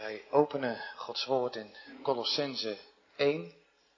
Wij openen Gods woord in Kolossenzen 1.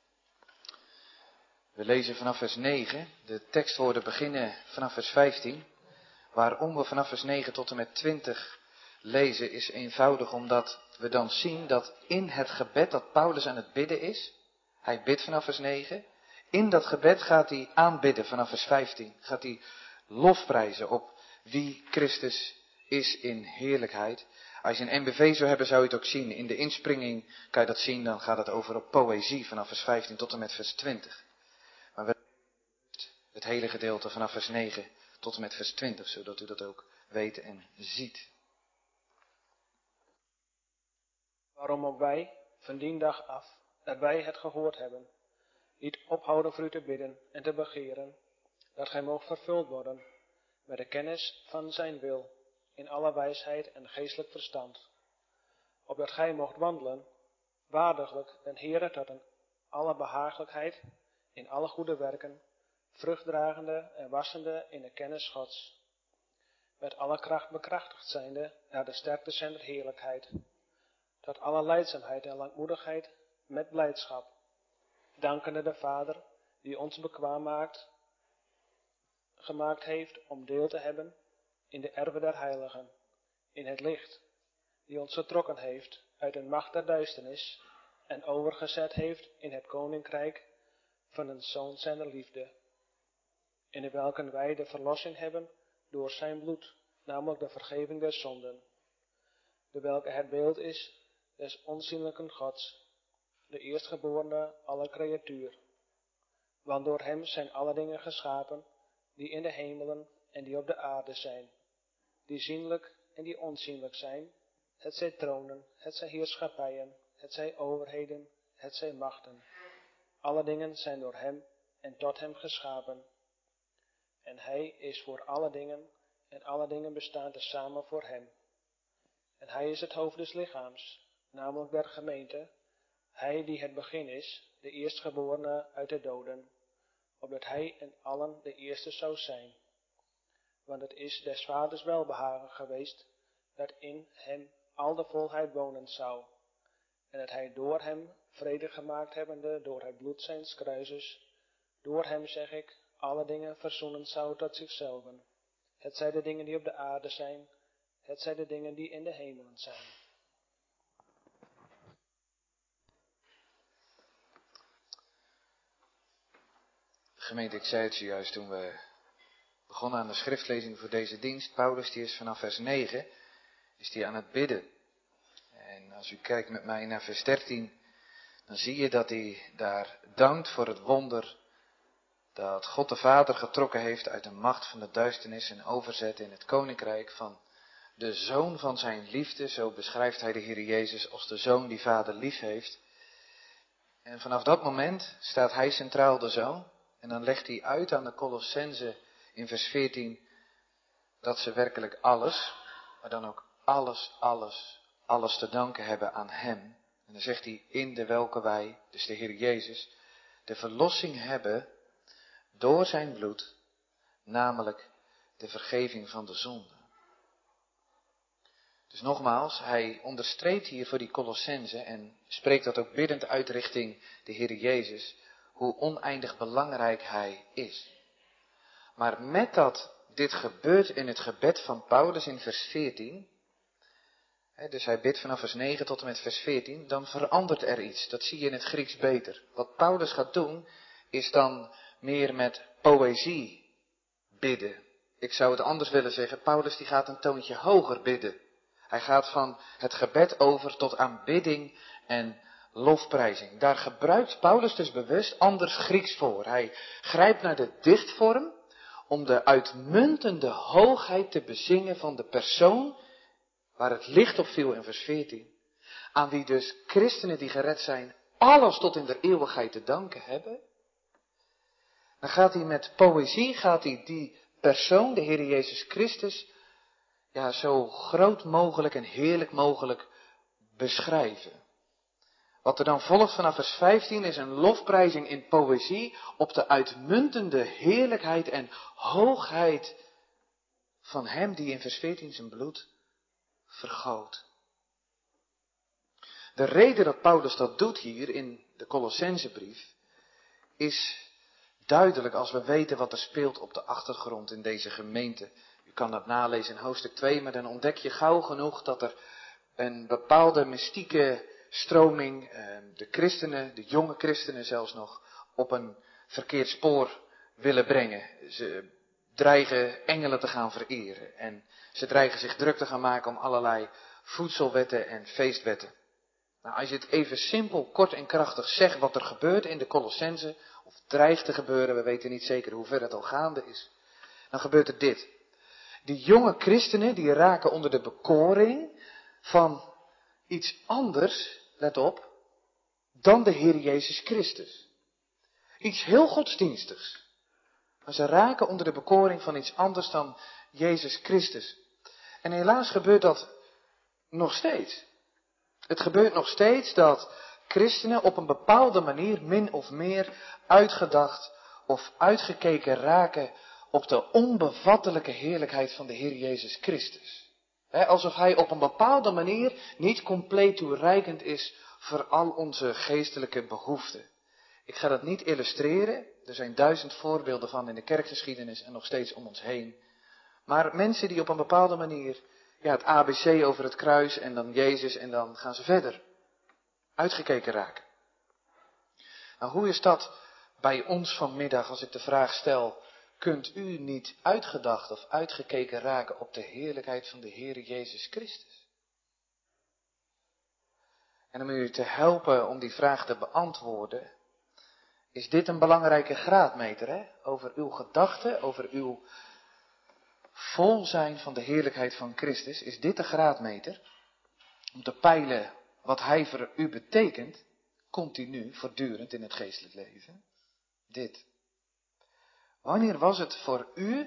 We lezen vanaf vers 9. De tekstwoorden beginnen vanaf vers 15. Waarom we vanaf vers 9 tot en met 20 lezen is eenvoudig omdat we dan zien dat in het gebed dat Paulus aan het bidden is. Hij bidt vanaf vers 9. In dat gebed gaat hij aanbidden vanaf vers 15. Gaat hij lofprijzen op wie Christus is in heerlijkheid. Als je een NBV zou hebben, zou je het ook zien. In de inspringing kan je dat zien, dan gaat het over op poëzie vanaf vers 15 tot en met vers 20. Maar we het hele gedeelte vanaf vers 9 tot en met vers 20, zodat u dat ook weet en ziet. Waarom ook wij, van die dag af, dat wij het gehoord hebben, niet ophouden voor u te bidden en te begeren, dat gij moogt vervuld worden met de kennis van zijn wil, in alle wijsheid en geestelijk verstand, opdat gij moogt wandelen, waardiglijk den Heere tot een alle behagelijkheid, in alle goede werken, vruchtdragende en wassende in de kennis Gods, met alle kracht bekrachtigd zijnde naar de sterkte zijner heerlijkheid, tot alle lijdzaamheid en langmoedigheid met blijdschap, dankende de Vader, die ons bekwaam gemaakt heeft om deel te hebben in de erve der heiligen, in het licht, die ons getrokken heeft uit de macht der duisternis en overgezet heeft in het koninkrijk van een Zoon zijner liefde, in de welken wij de verlossing hebben door zijn bloed, namelijk de vergeving der zonden, de welke het beeld is des onzienlijken Gods, de eerstgeborene aller creatuur. Want door hem zijn alle dingen geschapen, die in de hemelen en die op de aarde zijn, die zienlijk en die onzienlijk zijn, het zij tronen, het zij heerschappijen, het zij overheden, het zij machten. Alle dingen zijn door hem en tot hem geschapen. En hij is voor alle dingen, en alle dingen bestaan tezamen voor hem. En hij is het hoofd des lichaams, namelijk der gemeente, hij die het begin is, de eerstgeborene uit de doden, opdat hij in allen de eerste zou zijn. Want het is des vaders welbehagen geweest, dat in hem al de volheid wonen zou, en dat hij door hem vrede gemaakt hebbende door het bloed zijns kruises, door hem, zeg ik, alle dingen verzoenen zou tot zichzelf. Het zij de dingen die op de aarde zijn, het zij de dingen die in de hemelen zijn. Gemeente, ik zei het zojuist toen we begonnen aan de schriftlezing voor deze dienst. Paulus die is vanaf vers 9, is die aan het bidden. En als u kijkt met mij naar vers 13, dan zie je dat hij daar dankt voor het wonder dat God de Vader getrokken heeft uit de macht van de duisternis en overzet in het koninkrijk van de Zoon van zijn liefde. Zo beschrijft hij de Heer Jezus als de Zoon die Vader lief heeft. En vanaf dat moment staat hij centraal, de Zoon. En dan legt hij uit aan de Kolossenzen in vers 14 dat ze werkelijk alles, maar dan ook alles te danken hebben aan hem. En dan zegt hij, in de welke wij, dus de Heer Jezus, de verlossing hebben door zijn bloed, namelijk de vergeving van de zonde. Dus nogmaals, hij onderstreept hier voor die Kolossenzen en spreekt dat ook biddend uit richting de Heer Jezus, hoe oneindig belangrijk hij is. Maar met dat dit gebeurt in het gebed van Paulus in vers 14, dus hij bidt vanaf vers 9 tot en met vers 14, dan verandert er iets. Dat zie je in het Grieks beter. Wat Paulus gaat doen, is dan meer met poëzie bidden. Ik zou het anders willen zeggen, Paulus die gaat een toontje hoger bidden. Hij gaat van het gebed over tot aanbidding en lofprijzing. Daar gebruikt Paulus dus bewust anders Grieks voor. Hij grijpt naar de dichtvorm om de uitmuntende hoogheid te bezingen van de persoon waar het licht op viel in vers 14. Aan wie dus christenen die gered zijn alles tot in de eeuwigheid te danken hebben. Dan gaat hij met poëzie, die persoon, de Heer Jezus Christus, zo groot mogelijk en heerlijk mogelijk beschrijven. Wat er dan volgt vanaf vers 15 is een lofprijzing in poëzie op de uitmuntende heerlijkheid en hoogheid van hem die in vers 14 zijn bloed vergoot. De reden dat Paulus dat doet hier in de Colossensebrief is duidelijk als we weten wat er speelt op de achtergrond in deze gemeente. U kan dat nalezen in hoofdstuk 2, maar dan ontdek je gauw genoeg dat er een bepaalde mystieke stroming de christenen, de jonge christenen zelfs nog, op een verkeerd spoor willen brengen. Ze dreigen engelen te gaan vereren en ze dreigen zich druk te gaan maken om allerlei voedselwetten en feestwetten. Nou, als je het even simpel, kort en krachtig zegt wat er gebeurt in de Colossense, of dreigt te gebeuren, we weten niet zeker hoe ver het al gaande is, dan gebeurt er dit. Die jonge christenen die raken onder de bekoring van iets anders, let op, dan de Heer Jezus Christus. Iets heel godsdienstigs. Maar ze raken onder de bekoring van iets anders dan Jezus Christus. En helaas gebeurt dat nog steeds. Het gebeurt nog steeds dat christenen op een bepaalde manier min of meer uitgedacht of uitgekeken raken op de onbevattelijke heerlijkheid van de Heer Jezus Christus. Alsof Hij op een bepaalde manier niet compleet toereikend is voor al onze geestelijke behoeften. Ik ga dat niet illustreren, er zijn 1000 voorbeelden van in de kerkgeschiedenis en nog steeds om ons heen. Maar mensen die op een bepaalde manier, het ABC over het kruis en dan Jezus en dan gaan ze verder. Uitgekeken raken. Nou, hoe is dat bij ons vanmiddag als ik de vraag stel, kunt u niet uitgedacht of uitgekeken raken op de heerlijkheid van de Heer Jezus Christus? En om u te helpen om die vraag te beantwoorden, is dit een belangrijke graadmeter, over uw gedachten, over uw vol zijn van de heerlijkheid van Christus. Is dit de graadmeter om te peilen wat Hij voor u betekent, continu, voortdurend in het geestelijk leven? Dit. Wanneer was het voor u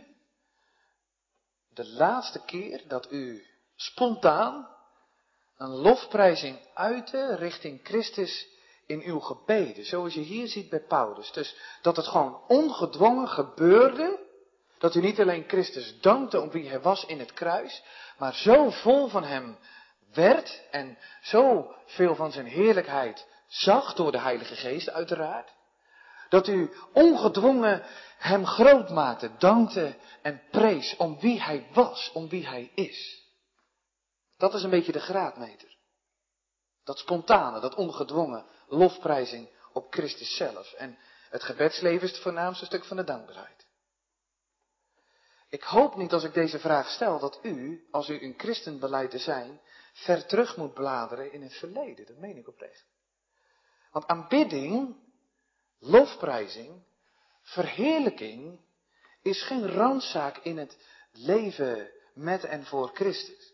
de laatste keer dat u spontaan een lofprijzing uitte richting Christus in uw gebeden, zoals je hier ziet bij Paulus? Dus dat het gewoon ongedwongen gebeurde, dat u niet alleen Christus dankte om wie Hij was in het kruis, maar zo vol van Hem werd en zo veel van zijn heerlijkheid zag door de Heilige Geest uiteraard, dat u ongedwongen Hem groot maakte, dankte en prees om wie Hij was, om wie Hij is. Dat is een beetje de graadmeter. Dat spontane, dat ongedwongen lofprijzing op Christus zelf. En het gebedsleven is het voornaamste stuk van de dankbaarheid. Ik hoop niet als ik deze vraag stel dat u, als u een christen beleidt te zijn, ver terug moet bladeren in het verleden. Dat meen ik oprecht. Want aanbidding, lofprijzing, verheerlijking is geen randzaak in het leven met en voor Christus.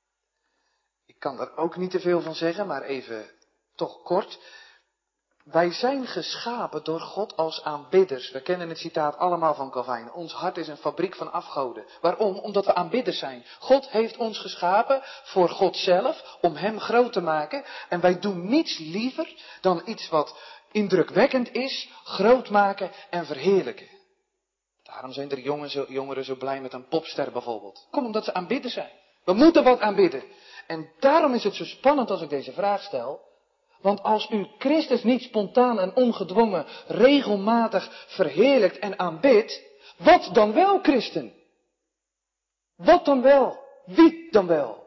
Ik kan daar ook niet te veel van zeggen, maar even toch kort. Wij zijn geschapen door God als aanbidders. We kennen het citaat allemaal van Calvijn. Ons hart is een fabriek van afgoden. Waarom? Omdat we aanbidders zijn. God heeft ons geschapen voor God zelf, om Hem groot te maken. En wij doen niets liever dan iets wat indrukwekkend is, groot maken en verheerlijken. Daarom zijn er jongeren zo blij met een popster bijvoorbeeld. Kom, omdat ze aanbidders zijn. We moeten wat aanbidden. En daarom is het zo spannend als ik deze vraag stel. Want als u Christus niet spontaan en ongedwongen, regelmatig verheerlijkt en aanbidt, wat dan wel, christen? Wat dan wel? Wie dan wel?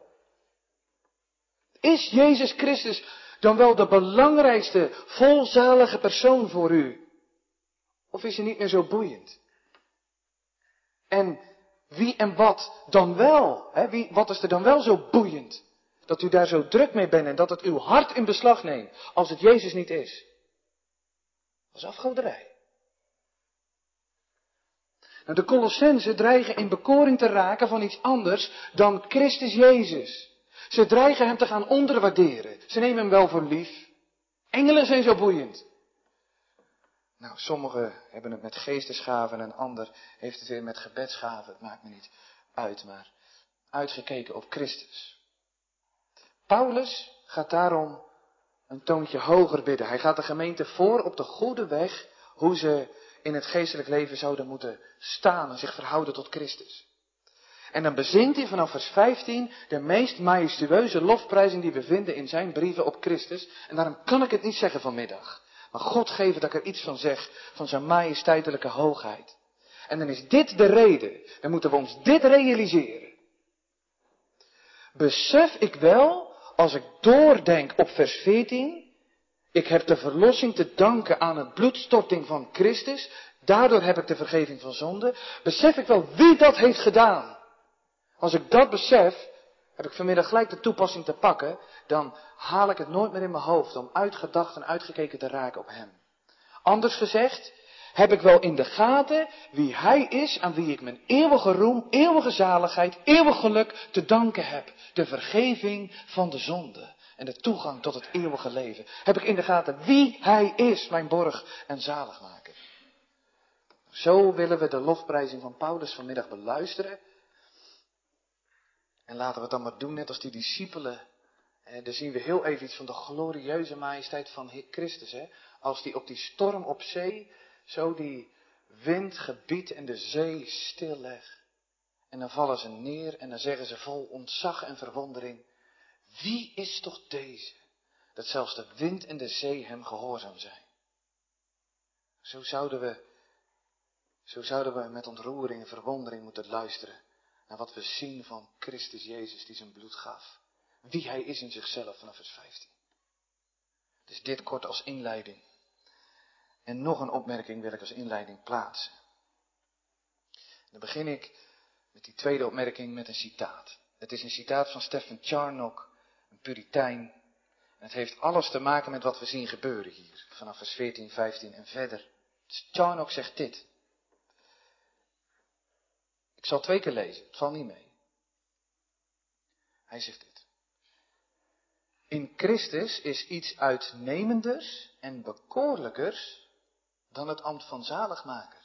Is Jezus Christus dan wel de belangrijkste, volzalige persoon voor u? Of is hij niet meer zo boeiend? En wie en wat dan wel? Wat is er dan wel zo boeiend? Dat u daar zo druk mee bent en dat het uw hart in beslag neemt als het Jezus niet is. Dat is afgoderij. Nou, de Colossenzen dreigen in bekoring te raken van iets anders dan Christus Jezus. Ze dreigen Hem te gaan onderwaarderen. Ze nemen Hem wel voor lief. Engelen zijn zo boeiend. Nou, sommigen hebben het met geestesgaven en een ander heeft het weer met gebedsgaven. Het maakt me niet uit, maar uitgekeken op Christus. Paulus gaat daarom een toontje hoger bidden. Hij gaat de gemeente voor op de goede weg hoe ze in het geestelijk leven zouden moeten staan en zich verhouden tot Christus. En dan bezingt hij vanaf vers 15 de meest majestueuze lofprijzing die we vinden in zijn brieven op Christus. En daarom kan ik het niet zeggen vanmiddag. Maar God geeft dat ik er iets van zeg, van zijn majesteitelijke hoogheid. En dan is dit de reden. Dan moeten we ons dit realiseren. Besef ik wel, als ik doordenk op vers 14, ik heb de verlossing te danken aan het bloedstorting van Christus. Daardoor heb ik de vergeving van zonde. Besef ik wel wie dat heeft gedaan. Als ik dat besef, heb ik vanmiddag gelijk de toepassing te pakken. Dan haal ik het nooit meer in mijn hoofd om uitgedacht en uitgekeken te raken op hem. Anders gezegd, heb ik wel in de gaten wie hij is aan wie ik mijn eeuwige roem, eeuwige zaligheid, eeuwig geluk te danken heb. De vergeving van de zonde en de toegang tot het eeuwige leven. Heb ik in de gaten wie hij is, mijn borg en zaligmaker. Zo willen we de lofprijzing van Paulus vanmiddag beluisteren. En laten we het dan maar doen net als die discipelen. Daar zien we heel even iets van de glorieuze majesteit van Christus. Als die op die storm op zee zo die wind gebiedt en de zee stillegt. En dan vallen ze neer en dan zeggen ze vol ontzag en verwondering. Wie is toch deze? Dat zelfs de wind en de zee hem gehoorzaam zijn. Zo zouden we met ontroering en verwondering moeten luisteren naar wat we zien van Christus Jezus die zijn bloed gaf. Wie hij is in zichzelf vanaf vers 15. Dus dit kort als inleiding. En nog een opmerking wil ik als inleiding plaatsen. Dan begin ik met die tweede opmerking met een citaat. Het is een citaat van Stephen Charnock, een Puritein. En het heeft alles te maken met wat we zien gebeuren hier. Vanaf vers 14, 15 en verder. Charnock zegt dit. Ik zal 2 keer lezen, het valt niet mee. Hij zegt dit. In Christus is iets uitnemenders en bekoorlijkers dan het ambt van zaligmaker.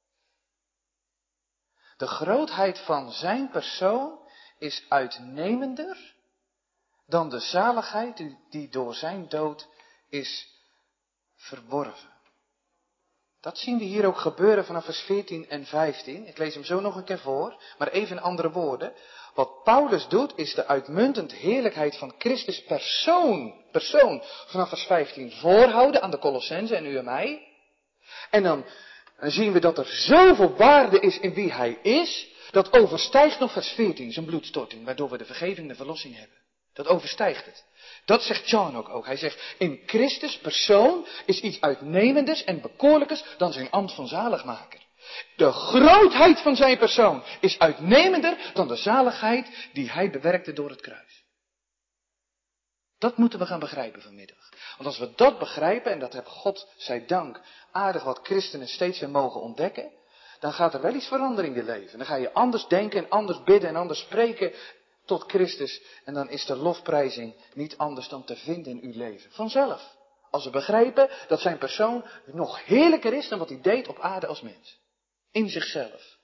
De grootheid van zijn persoon is uitnemender dan de zaligheid die door zijn dood is verworven. Dat zien we hier ook gebeuren vanaf vers 14 en 15. Ik lees hem zo nog een keer voor, maar even in andere woorden. Wat Paulus doet is de uitmuntend heerlijkheid van Christus persoon vanaf vers 15 voorhouden aan de Colossenzen en u en mij. En dan zien we dat er zoveel waarde is in wie hij is, dat overstijgt nog vers 14, zijn bloedstorting, waardoor we de vergeving en de verlossing hebben. Dat overstijgt het. Dat zegt Charnock ook. Hij zegt, in Christus persoon is iets uitnemenders en bekoorlijkers dan zijn ambt van zaligmaker. De grootheid van zijn persoon is uitnemender dan de zaligheid die hij bewerkte door het kruis. Dat moeten we gaan begrijpen vanmiddag. Want als we dat begrijpen, en dat heb God zij dank aardig wat christenen steeds weer mogen ontdekken, dan gaat er wel iets veranderen in je leven. Dan ga je anders denken en anders bidden en anders spreken tot Christus. En dan is de lofprijzing niet anders dan te vinden in uw leven. Vanzelf. Als we begrijpen dat zijn persoon nog heerlijker is dan wat hij deed op aarde als mens. In zichzelf.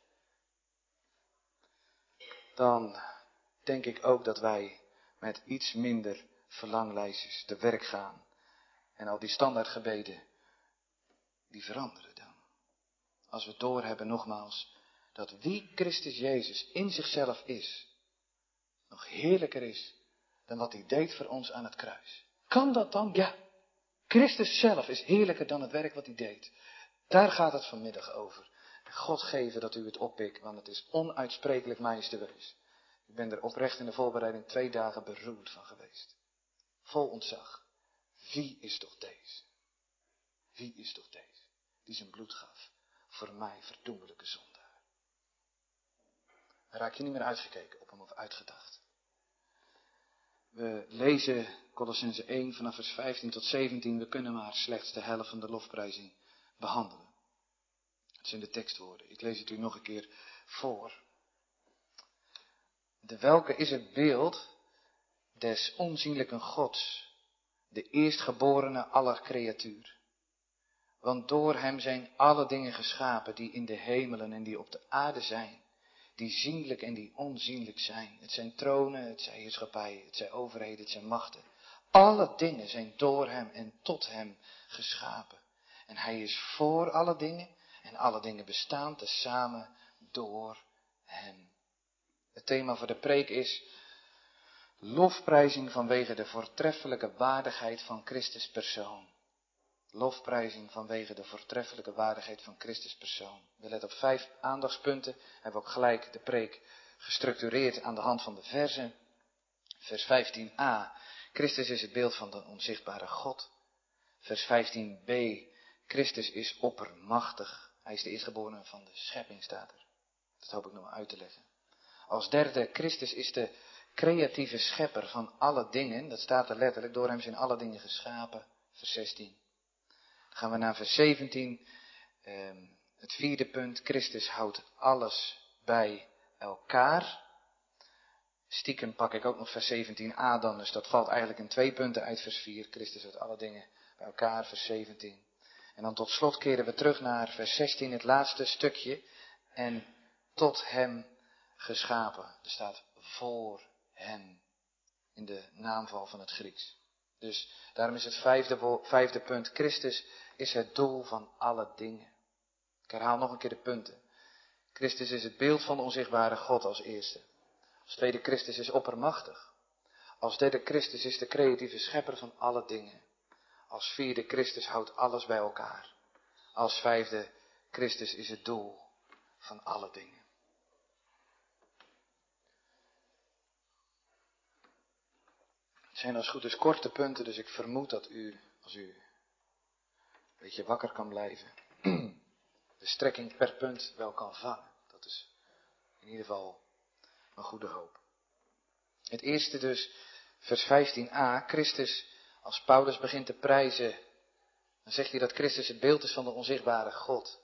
Dan denk ik ook dat wij met iets minder verlanglijstjes te werk gaan. En al die standaardgebeden, die veranderen dan. Als we doorhebben nogmaals, dat wie Christus Jezus in zichzelf is, nog heerlijker is dan wat hij deed voor ons aan het kruis. Kan dat dan? Ja. Christus zelf is heerlijker dan het werk wat hij deed. Daar gaat het vanmiddag over. God geven dat u het oppikt, want het is onuitsprekelijk majestueus. Ik ben er oprecht in de voorbereiding 2 dagen beroerd van geweest. Vol ontzag. Wie is toch deze? Wie is toch deze? Die zijn bloed gaf voor mij, verdoemelijke zondaar. Dan raak je niet meer uitgekeken op hem of uitgedacht. We lezen Colossenzen 1 vanaf vers 15 tot 17. We kunnen maar slechts de helft van de lofprijzing behandelen. Het zijn de tekstwoorden. Ik lees het u nog een keer voor. De welke is het beeld des onzienlijken Gods, de eerstgeborene aller creatuur. Want door hem zijn alle dingen geschapen die in de hemelen en die op de aarde zijn, die zienlijk en die onzienlijk zijn. Het zijn tronen, het zijn heerschappijen, het zijn overheden, het zijn machten. Alle dingen zijn door hem en tot hem geschapen. En hij is voor alle dingen en alle dingen bestaan tezamen door hem. Het thema voor de preek is lofprijzing vanwege de voortreffelijke waardigheid van Christus persoon. Lofprijzing vanwege de voortreffelijke waardigheid van Christus persoon. We letten op 5 aandachtspunten. Hebben we ook gelijk de preek gestructureerd aan de hand van de verzen. Vers 15a. Christus is het beeld van de onzichtbare God. Vers 15b. Christus is oppermachtig. Hij is de eerstgeborene van de schepping, staat er. Dat hoop ik nog uit te leggen. Als derde, Christus is de creatieve schepper van alle dingen. Dat staat er letterlijk, door hem zijn alle dingen geschapen. Vers 16. Dan gaan we naar vers 17. Het vierde punt, Christus houdt alles bij elkaar. Stiekem pak ik ook nog vers 17a dan, dus dat valt eigenlijk in 2 punten uit vers 4. Christus houdt alle dingen bij elkaar, vers 17. En dan tot slot keren we terug naar vers 16, het laatste stukje. En tot hem geschapen. Er staat voor hem in de naamval van het Grieks. Dus daarom is het vijfde punt. Christus is het doel van alle dingen. Ik herhaal nog een keer de punten. Christus is het beeld van de onzichtbare God als eerste. Als tweede, Christus is oppermachtig. Als derde, Christus is de creatieve schepper van alle dingen. Als vierde, Christus houdt alles bij elkaar. Als vijfde, Christus is het doel van alle dingen. Het zijn als goed is korte punten, dus ik vermoed dat u, als u een beetje wakker kan blijven, de strekking per punt wel kan vangen. Dat is in ieder geval een goede hoop. Het eerste dus, vers 15a, Christus, als Paulus begint te prijzen, dan zegt hij dat Christus het beeld is van de onzichtbare God.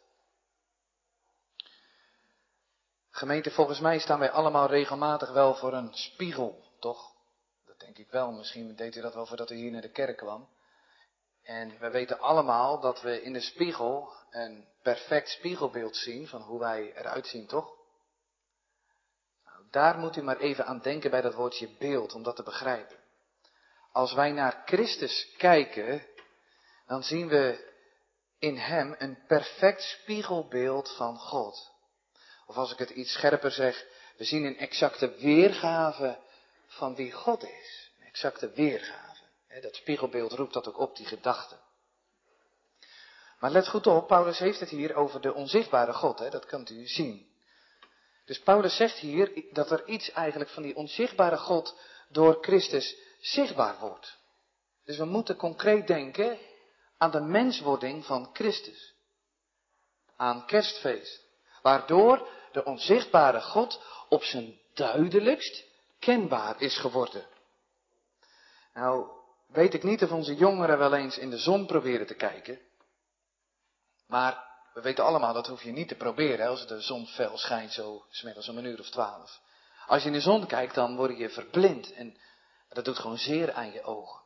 Gemeente, volgens mij staan wij allemaal regelmatig wel voor een spiegel, toch? Dat denk ik wel. Misschien deed u dat wel voordat u hier naar de kerk kwam. En we weten allemaal dat we in de spiegel een perfect spiegelbeeld zien van hoe wij eruit zien, toch? Nou, daar moet u maar even aan denken bij dat woordje beeld, om dat te begrijpen. Als wij naar Christus kijken, dan zien we in hem een perfect spiegelbeeld van God. Of als ik het iets scherper zeg, we zien een exacte weergave van wie God is. Een exacte weergave. Dat spiegelbeeld roept dat ook op, die gedachte. Maar let goed op, Paulus heeft het hier over de onzichtbare God, dat kunt u zien. Dus Paulus zegt hier dat er iets eigenlijk van die onzichtbare God door Christus zichtbaar wordt. Dus we moeten concreet denken aan de menswording van Christus. Aan kerstfeest. Waardoor de onzichtbare God op zijn duidelijkst kenbaar is geworden. Nou, weet ik niet of onze jongeren wel eens in de zon proberen te kijken. Maar we weten allemaal, dat hoef je niet te proberen als de zon fel schijnt, zo 's middags om 1:12. Als je in de zon kijkt, dan word je verblind. En dat doet gewoon zeer aan je ogen.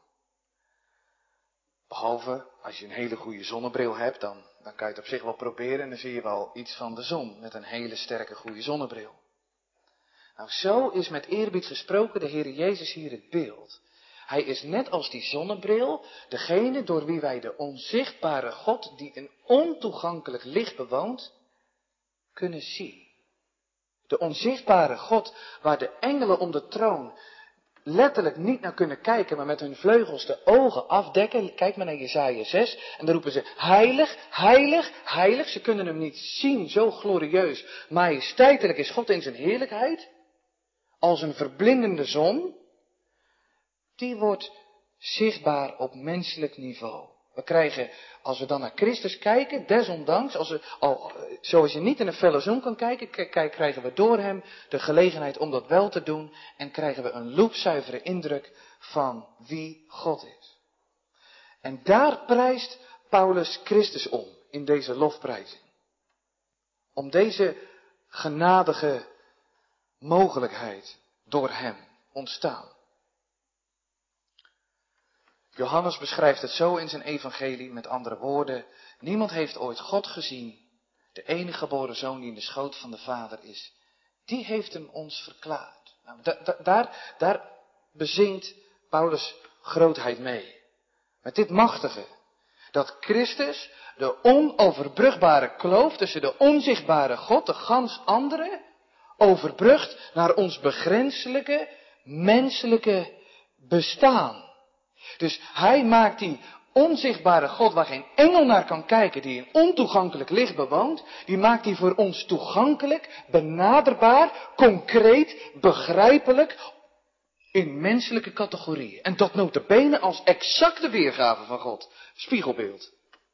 Behalve als je een hele goede zonnebril hebt, dan kan je het op zich wel proberen en dan zie je wel iets van de zon met een hele sterke goede zonnebril. Nou, zo is met eerbied gesproken de Heer Jezus hier het beeld. Hij is net als die zonnebril, degene door wie wij de onzichtbare God, die een ontoegankelijk licht bewoont, kunnen zien. De onzichtbare God, waar de engelen om de troon letterlijk niet naar kunnen kijken, maar met hun vleugels de ogen afdekken. Kijk maar naar Jesaja 6 en dan roepen ze, heilig, heilig, heilig. Ze kunnen hem niet zien, zo glorieus, majesteitelijk is God in zijn heerlijkheid. Als een verblindende zon. Die wordt zichtbaar op menselijk niveau. We krijgen, als we dan naar Christus kijken, desondanks, zoals je niet in een felle zon kan kijken, krijgen we door hem de gelegenheid om dat wel te doen en krijgen we een loepzuivere indruk van wie God is. En daar prijst Paulus Christus om, in deze lofprijzing. Om deze genadige mogelijkheid door hem ontstaan. Johannes beschrijft het zo in zijn evangelie, met andere woorden. Niemand heeft ooit God gezien. De enige geboren zoon die in de schoot van de Vader is. Die heeft hem ons verklaard. Nou, daar bezingt Paulus grootheid mee. Met dit machtige. Dat Christus de onoverbrugbare kloof tussen de onzichtbare God, de gans andere, overbrugt naar ons begrenselijke, menselijke bestaan. Dus hij maakt die onzichtbare God waar geen engel naar kan kijken, die in ontoegankelijk licht bewoont, die maakt die voor ons toegankelijk, benaderbaar, concreet, begrijpelijk, in menselijke categorieën. En dat nota bene als exacte weergave van God. Spiegelbeeld.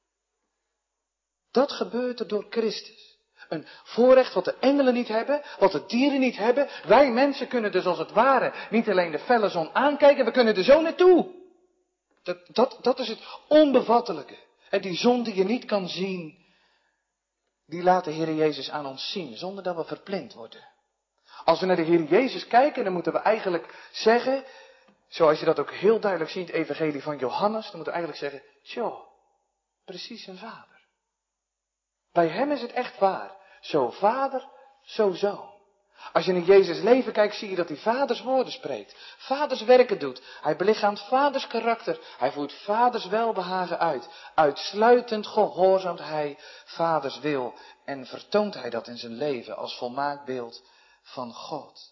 Dat gebeurt er door Christus. Een voorrecht wat de engelen niet hebben, wat de dieren niet hebben. Wij mensen kunnen dus als het ware niet alleen de felle zon aankijken, we kunnen er zo naartoe. Dat is het onbevattelijke. En die zon die je niet kan zien, die laat de Heer Jezus aan ons zien, zonder dat we verblind worden. Als we naar de Heer Jezus kijken, dan moeten we eigenlijk zeggen, zoals je dat ook heel duidelijk ziet in het evangelie van Johannes, dan moeten we eigenlijk zeggen, tjoh, precies een vader. Bij hem is het echt waar. Zo vader, zo zoon. Als je naar Jezus leven kijkt, zie je dat hij vaders woorden spreekt. Vaders werken doet. Hij belichaamt vaders karakter. Hij voert vaders welbehagen uit. Uitsluitend gehoorzaamt hij vaders wil. En vertoont hij dat in zijn leven als volmaakt beeld van God.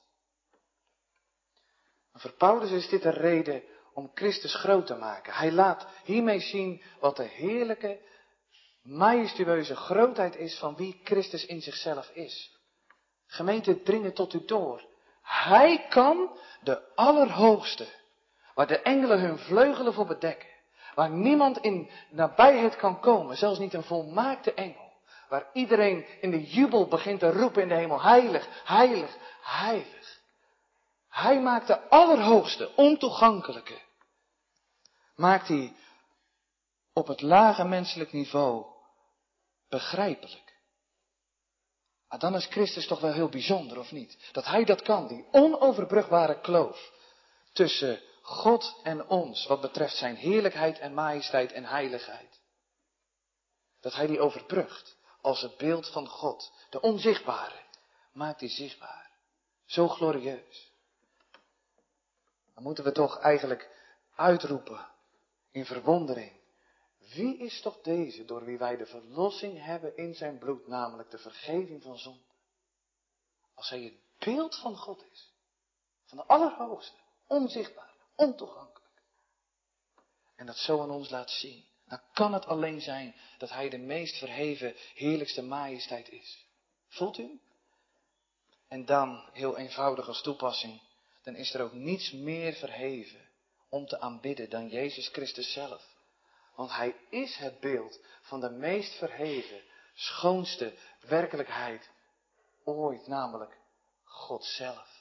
En voor Paulus is dit een reden om Christus groot te maken. Hij laat hiermee zien wat de heerlijke, majestueuze grootheid is van wie Christus in zichzelf is. Gemeente, dringen tot u door. Hij kan de Allerhoogste, waar de engelen hun vleugelen voor bedekken, waar niemand in nabijheid kan komen, zelfs niet een volmaakte engel, waar iedereen in de jubel begint te roepen in de hemel, heilig, heilig, heilig. Hij maakt de Allerhoogste, ontoegankelijke, maakt hij op het lage menselijk niveau begrijpelijk. Maar dan is Christus toch wel heel bijzonder, of niet? Dat hij dat kan, die onoverbrugbare kloof tussen God en ons, wat betreft zijn heerlijkheid en majesteit en heiligheid. Dat hij die overbrugt als het beeld van God, de onzichtbare, maakt hij zichtbaar. Zo glorieus. Dan moeten we toch eigenlijk uitroepen in verwondering. Wie is toch deze door wie wij de verlossing hebben in zijn bloed, namelijk de vergeving van zonde? Als hij het beeld van God is, van de Allerhoogste, onzichtbaar, ontoegankelijk. En dat zo aan ons laat zien, dan kan het alleen zijn dat hij de meest verheven, heerlijkste majesteit is. Voelt u? En dan, heel eenvoudig als toepassing, dan is er ook niets meer verheven om te aanbidden dan Jezus Christus zelf. Want hij is het beeld van de meest verheven, schoonste werkelijkheid ooit, namelijk God zelf.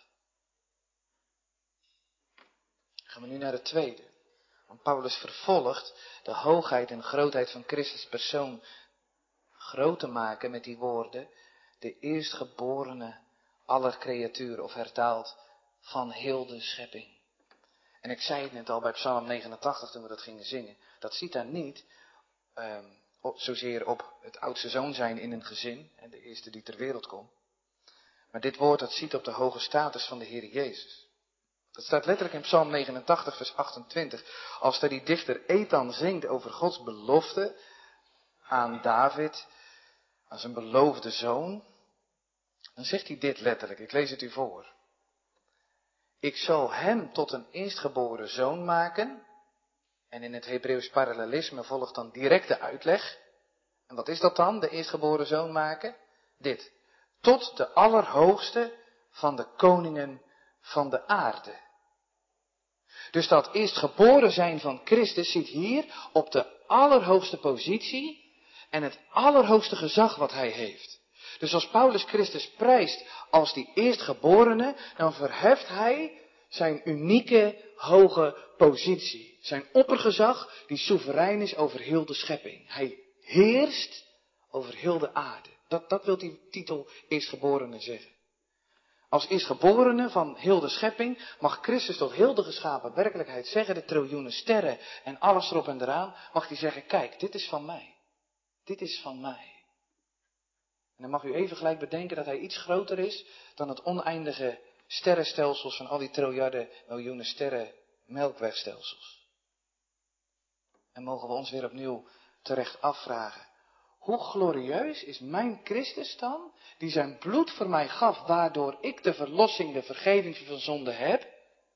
Gaan we nu naar het tweede. Want Paulus vervolgt de hoogheid en grootheid van Christus persoon groot te maken met die woorden, de eerstgeborene aller creatuur, of hertaald van heel de schepping. En ik zei het net al bij Psalm 89 toen we dat gingen zingen. Dat ziet daar niet zozeer op het oudste zoon zijn in een gezin. En de eerste die ter wereld komt. Maar dit woord dat ziet op de hoge status van de Heer Jezus. Dat staat letterlijk in Psalm 89 vers 28. Als daar die dichter Ethan zingt over Gods belofte aan David. Aan zijn beloofde zoon. Dan zegt hij dit letterlijk. Ik lees het u voor. Ik zal hem tot een eerstgeboren zoon maken. En in het Hebreeuws parallelisme volgt dan direct de uitleg. En wat is dat dan, de eerstgeboren zoon maken? Dit. Tot de Allerhoogste van de koningen van de aarde. Dus dat eerstgeboren zijn van Christus zit hier op de allerhoogste positie en het allerhoogste gezag wat hij heeft. Dus als Paulus Christus prijst als die eerstgeborene, dan verheft hij zijn unieke hoge positie. Zijn oppergezag die soeverein is over heel de schepping. Hij heerst over heel de aarde. Dat wil die titel eerstgeborene zeggen. Als eerstgeborene van heel de schepping mag Christus tot heel de geschapen werkelijkheid zeggen, de triljoenen sterren en alles erop en eraan, mag hij zeggen, kijk, dit is van mij. Dit is van mij. En dan mag u even gelijk bedenken dat hij iets groter is dan het oneindige sterrenstelsels van al die triljarden, miljoenen sterren, melkwegstelsels. En mogen we ons weer opnieuw terecht afvragen, Hoe glorieus is mijn Christus dan, die zijn bloed voor mij gaf, waardoor ik de verlossing, de vergeving van zonde heb,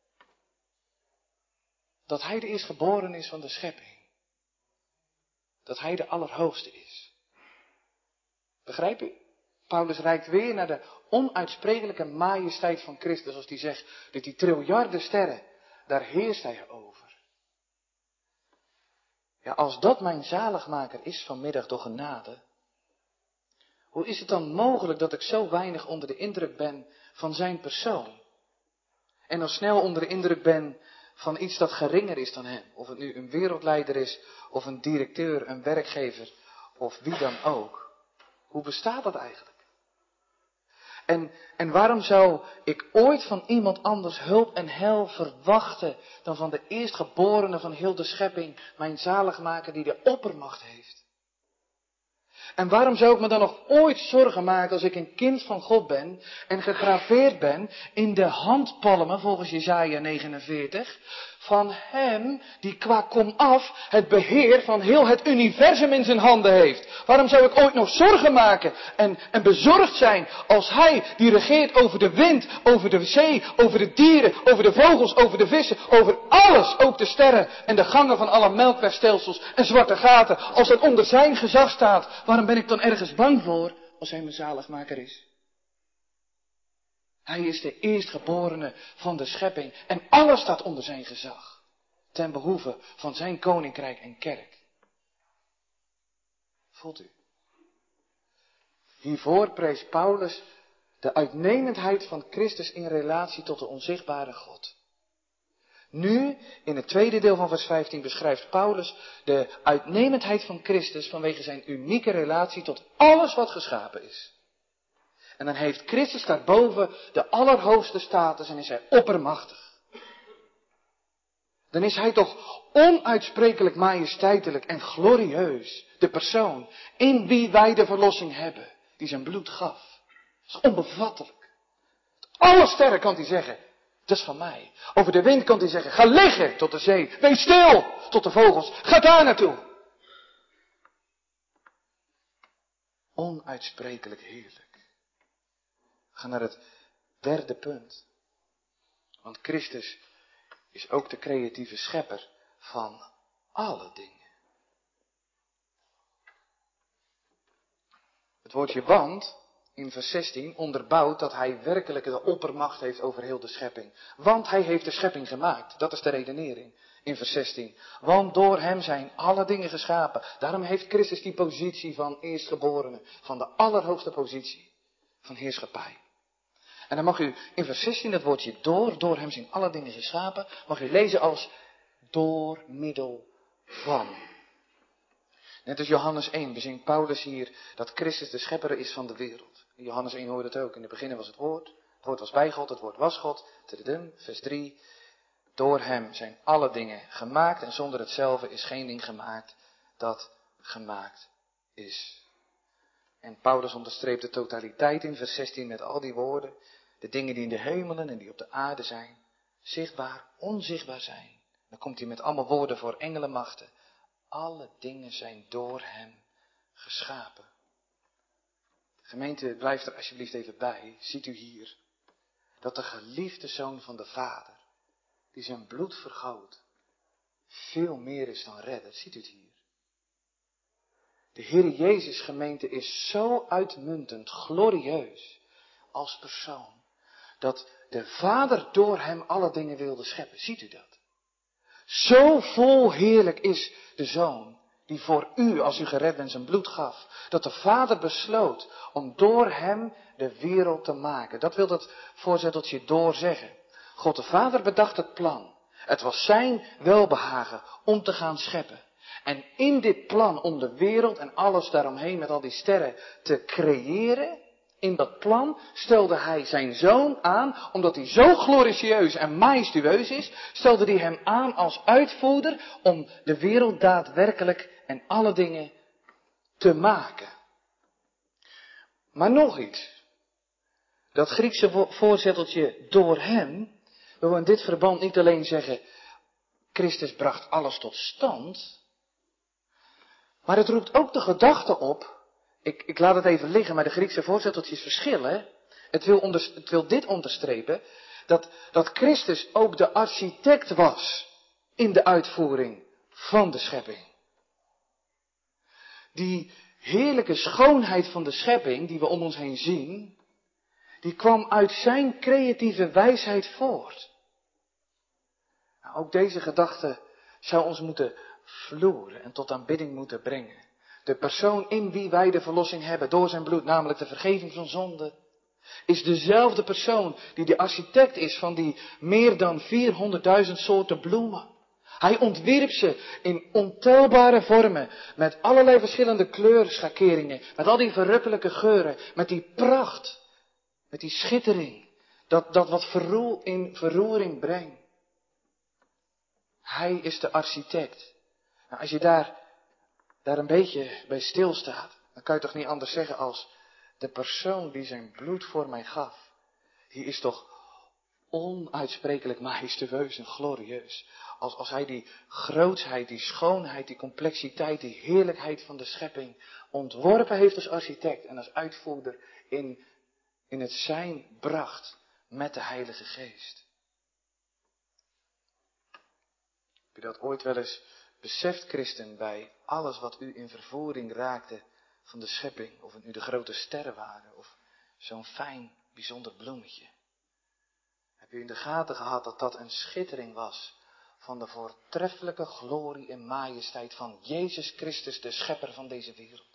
dat hij de eerstgeboren is van de schepping. Dat hij de Allerhoogste is. Begrijp u? Paulus reikt weer naar de onuitsprekelijke majesteit van Christus, als hij zegt dat die triljarden sterren, daar heerst hij over. Ja, als dat mijn zaligmaker is vanmiddag door genade, hoe is het dan mogelijk dat ik zo weinig onder de indruk ben van zijn persoon? En dan snel onder de indruk ben van iets dat geringer is dan hem. Of het nu een wereldleider is, of een directeur, een werkgever, of wie dan ook. Hoe bestaat dat eigenlijk? En waarom zou ik ooit van iemand anders hulp en heil verwachten dan van de eerstgeborene van heel de schepping, mijn zaligmaker die de oppermacht heeft? En waarom zou ik me dan nog ooit zorgen maken als ik een kind van God ben en gegraveerd ben in de handpalmen, volgens Jesaja 49, van hem die qua komaf het beheer van heel het universum in zijn handen heeft? Waarom zou ik ooit nog zorgen maken en bezorgd zijn als hij die regeert over de wind, over de zee, over de dieren, over de vogels, over de vissen, over alles, ook de sterren en de gangen van alle melkwegstelsels en zwarte gaten, als dat onder zijn gezag staat? Waarom ben ik dan ergens bang voor als hij mijn zaligmaker is? Hij is de eerstgeborene van de schepping en alles staat onder zijn gezag. Ten behoeve van zijn koninkrijk en kerk. Voelt u? Hiervoor prees Paulus de uitnemendheid van Christus in relatie tot de onzichtbare God. Nu, in het tweede deel van vers 15, beschrijft Paulus de uitnemendheid van Christus vanwege zijn unieke relatie tot alles wat geschapen is. En dan heeft Christus daarboven de allerhoogste status en is hij oppermachtig. Dan is hij toch onuitsprekelijk majesteitelijk en glorieus, de persoon in wie wij de verlossing hebben, die zijn bloed gaf. Dat is onbevattelijk. Alle sterren kan hij zeggen, dat is van mij. Over de wind kan hij zeggen, ga liggen tot de zee. Wees stil tot de vogels. Ga daar naartoe. Onuitsprekelijk heerlijk. Ga naar het derde punt. Want Christus is ook de creatieve schepper van alle dingen. Het woordje want in vers 16 onderbouwt dat hij werkelijk de oppermacht heeft over heel de schepping. Want hij heeft de schepping gemaakt. Dat is de redenering in vers 16. Want door hem zijn alle dingen geschapen. Daarom heeft Christus die positie van eerstgeborene. Van de allerhoogste positie van heerschappij. En dan mag u in vers 16 dat woordje door hem zijn alle dingen geschapen, mag u lezen als door middel van. Net als Johannes 1 bezingt Paulus hier dat Christus de schepper is van de wereld. In Johannes 1 hoort het ook. In het begin was het woord was bij God, het woord was God. Vers 3. Door hem zijn alle dingen gemaakt en zonder hetzelfde is geen ding gemaakt dat gemaakt is. En Paulus onderstreept de totaliteit in vers 16 met al die woorden. De dingen die in de hemelen en die op de aarde zijn. Zichtbaar, onzichtbaar zijn. Dan komt hij met allemaal woorden voor engelenmachten. Alle dingen zijn door hem geschapen. Gemeente, blijf er alsjeblieft even bij. Ziet u hier dat de geliefde zoon van de Vader, die zijn bloed vergoot, veel meer is dan redder. Ziet u het hier? De Heer Jezus, gemeente, is zo uitmuntend, glorieus als persoon, dat de Vader door hem alle dingen wilde scheppen. Ziet u dat? Zo vol heerlijk is de Zoon, die voor u, als u gered bent, zijn bloed gaf. Dat de Vader besloot om door hem de wereld te maken. Dat wil dat voorzetteltje door zeggen. God de Vader bedacht het plan. Het was zijn welbehagen om te gaan scheppen. En in dit plan om de wereld en alles daaromheen met al die sterren te creëren, in dat plan stelde hij zijn zoon aan, omdat hij zo glorieus en majestueus is, stelde hij hem aan als uitvoerder om de wereld daadwerkelijk en alle dingen te maken. Maar nog iets. Dat Griekse voorzetteltje door hem wil in dit verband niet alleen zeggen, Christus bracht alles tot stand, maar het roept ook de gedachte op Ik laat het even liggen, maar de Griekse voorzetteltjes verschillen. Het wil dit onderstrepen, dat Christus ook de architect was in de uitvoering van de schepping. Die heerlijke schoonheid van de schepping die we om ons heen zien, die kwam uit zijn creatieve wijsheid voort. Nou, ook deze gedachte zou ons moeten vloeren en tot aanbidding moeten brengen. De persoon in wie wij de verlossing hebben door zijn bloed, namelijk de vergeving van zonde, is dezelfde persoon die de architect is van die meer dan 400.000 soorten bloemen. Hij ontwierp ze in ontelbare vormen, met allerlei verschillende kleurschakeringen, met al die verrukkelijke geuren, met die pracht, met die schittering, dat wat in verroering brengt. Hij is de architect. Nou, als je daar een beetje bij stilstaat, dan kan je toch niet anders zeggen als de persoon die zijn bloed voor mij gaf, die is toch onuitsprekelijk majestueus en glorieus. Als hij die grootsheid, die schoonheid, die complexiteit, die heerlijkheid van de schepping ontworpen heeft als architect en als uitvoerder in het zijn bracht met de Heilige Geest. Heb je dat ooit wel eens beseft, christen, bij alles wat u in vervoering raakte van de schepping, of het nu de grote sterren waren, of zo'n fijn, bijzonder bloemetje? Heb u in de gaten gehad dat dat een schittering was van de voortreffelijke glorie en majesteit van Jezus Christus, de schepper van deze wereld?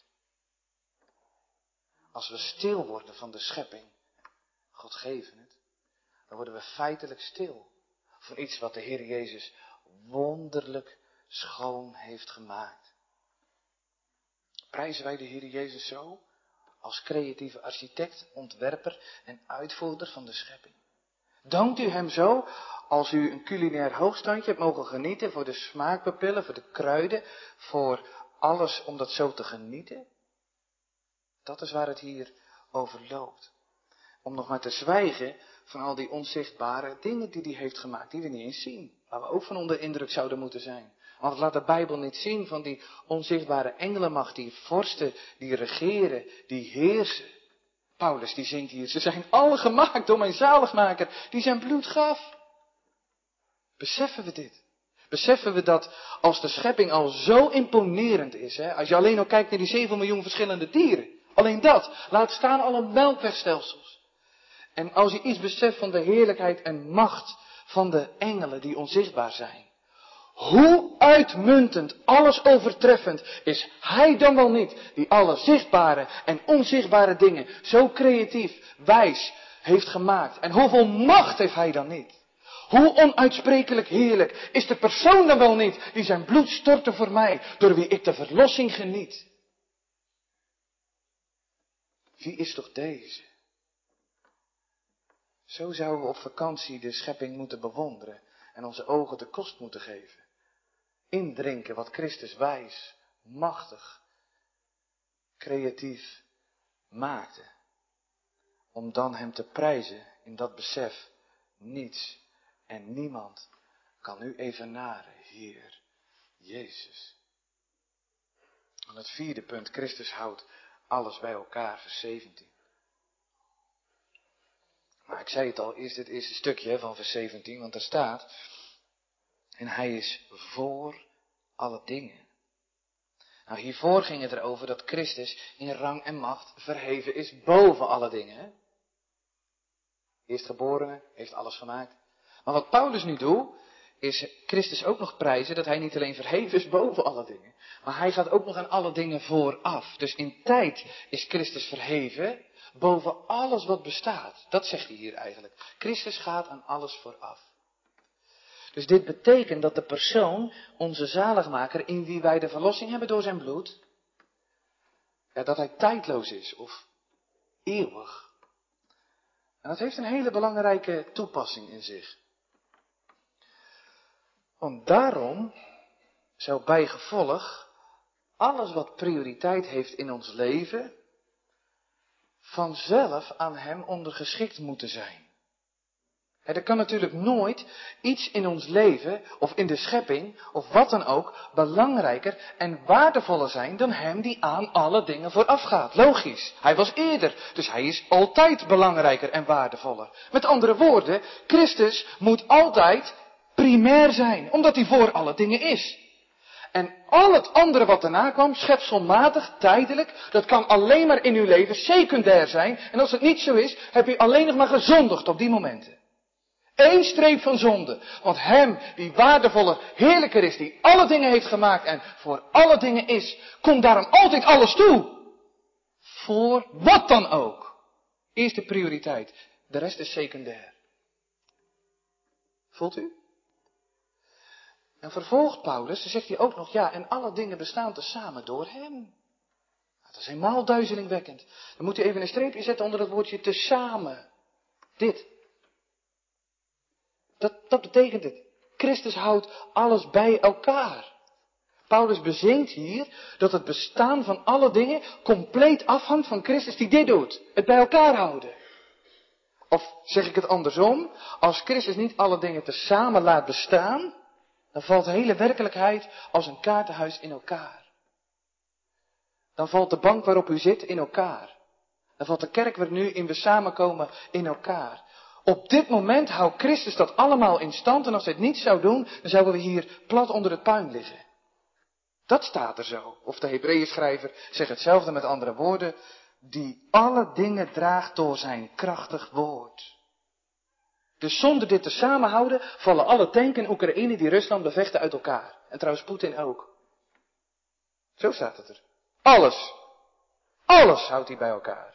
Als we stil worden van de schepping, God geven het, dan worden we feitelijk stil van iets wat de Heer Jezus wonderlijk schoon heeft gemaakt. Prijzen wij de Heer Jezus zo, als creatieve architect, ontwerper en uitvoerder van de schepping? Dankt u hem zo, als u een culinair hoogstandje hebt mogen genieten voor de smaakpapillen, voor de kruiden, voor alles om dat zo te genieten? Dat is waar het hier over loopt. Om nog maar te zwijgen van al die onzichtbare dingen die hij heeft gemaakt, die we niet eens zien. Waar we ook van onder indruk zouden moeten zijn. Want laat de Bijbel niet zien van die onzichtbare engelenmacht, die vorsten, die regeren, die heersen. Paulus die zingt hier, ze zijn alle gemaakt door mijn zaligmaker, die zijn bloed gaf. Beseffen we dit? Beseffen we dat als de schepping al zo imponerend is, als je alleen al kijkt naar die 7 miljoen verschillende dieren, alleen dat, laat staan alle melkwegstelsels. En als je iets beseft van de heerlijkheid en macht van de engelen die onzichtbaar zijn, hoe uitmuntend, alles overtreffend is hij dan wel niet, die alle zichtbare en onzichtbare dingen zo creatief, wijs heeft gemaakt. En hoeveel macht heeft hij dan niet? Hoe onuitsprekelijk heerlijk is de persoon dan wel niet, die zijn bloed stortte voor mij, door wie ik de verlossing geniet? Wie is toch deze? Zo zouden we op vakantie de schepping moeten bewonderen en onze ogen de kost moeten geven. Indrinken wat Christus wijs, machtig, creatief maakte. Om dan hem te prijzen in dat besef, niets en niemand kan u evenaren, Heer Jezus. En het 4e punt, Christus houdt alles bij elkaar, vers 17. Maar ik zei het al, eerst het eerste stukje van vers 17, want daar staat, en hij is voor alle dingen. Nou, hiervoor ging het erover dat Christus in rang en macht verheven is boven alle dingen. Hè? Eerstgeborene heeft alles gemaakt. Maar wat Paulus nu doet, is Christus ook nog prijzen dat hij niet alleen verheven is boven alle dingen, maar hij gaat ook nog aan alle dingen vooraf. Dus in tijd is Christus verheven boven alles wat bestaat. Dat zegt hij hier eigenlijk. Christus gaat aan alles vooraf. Dus dit betekent dat de persoon, onze zaligmaker, in wie wij de verlossing hebben door zijn bloed, dat hij tijdloos is of eeuwig. En dat heeft een hele belangrijke toepassing in zich. Want daarom zou bijgevolg alles wat prioriteit heeft in ons leven vanzelf aan hem ondergeschikt moeten zijn. Er kan natuurlijk nooit iets in ons leven of in de schepping of wat dan ook belangrijker en waardevoller zijn dan hem die aan alle dingen vooraf gaat. Logisch, hij was eerder, dus hij is altijd belangrijker en waardevoller. Met andere woorden, Christus moet altijd primair zijn, omdat hij voor alle dingen is. En al het andere wat daarna kwam, schepselmatig, tijdelijk, dat kan alleen maar in uw leven secundair zijn. En als het niet zo is, heb u alleen nog maar gezondigd op die momenten. Eén streep van zonde. Want hem die waardevoller, heerlijker is, die alle dingen heeft gemaakt en voor alle dingen is, komt daarom altijd alles toe. Voor wat dan ook. Eerste prioriteit. De rest is secundair. Voelt u? En vervolgt Paulus, dan zegt hij ook nog, ja, en alle dingen bestaan tezamen door hem. Dat is helemaal duizelingwekkend. Dan moet u even een streepje zetten onder het woordje tezamen. Dit. Dat betekent het. Christus houdt alles bij elkaar. Paulus bezingt hier dat het bestaan van alle dingen compleet afhangt van Christus die dit doet. Het bij elkaar houden. Of zeg ik het andersom, als Christus niet alle dingen tezamen laat bestaan, dan valt de hele werkelijkheid als een kaartenhuis in elkaar. Dan valt de bank waarop u zit in elkaar. Dan valt de kerk waar nu in we samenkomen in elkaar. Op dit moment houdt Christus dat allemaal in stand en als hij het niet zou doen, dan zouden we hier plat onder het puin liggen. Dat staat er zo. Of de Hebreeënschrijver zegt hetzelfde met andere woorden. Die alle dingen draagt door zijn krachtig woord. Dus zonder dit te samenhouden vallen alle tanken in Oekraïne die Rusland bevechten uit elkaar. En trouwens Poetin ook. Zo staat het er. Alles. Alles houdt hij bij elkaar.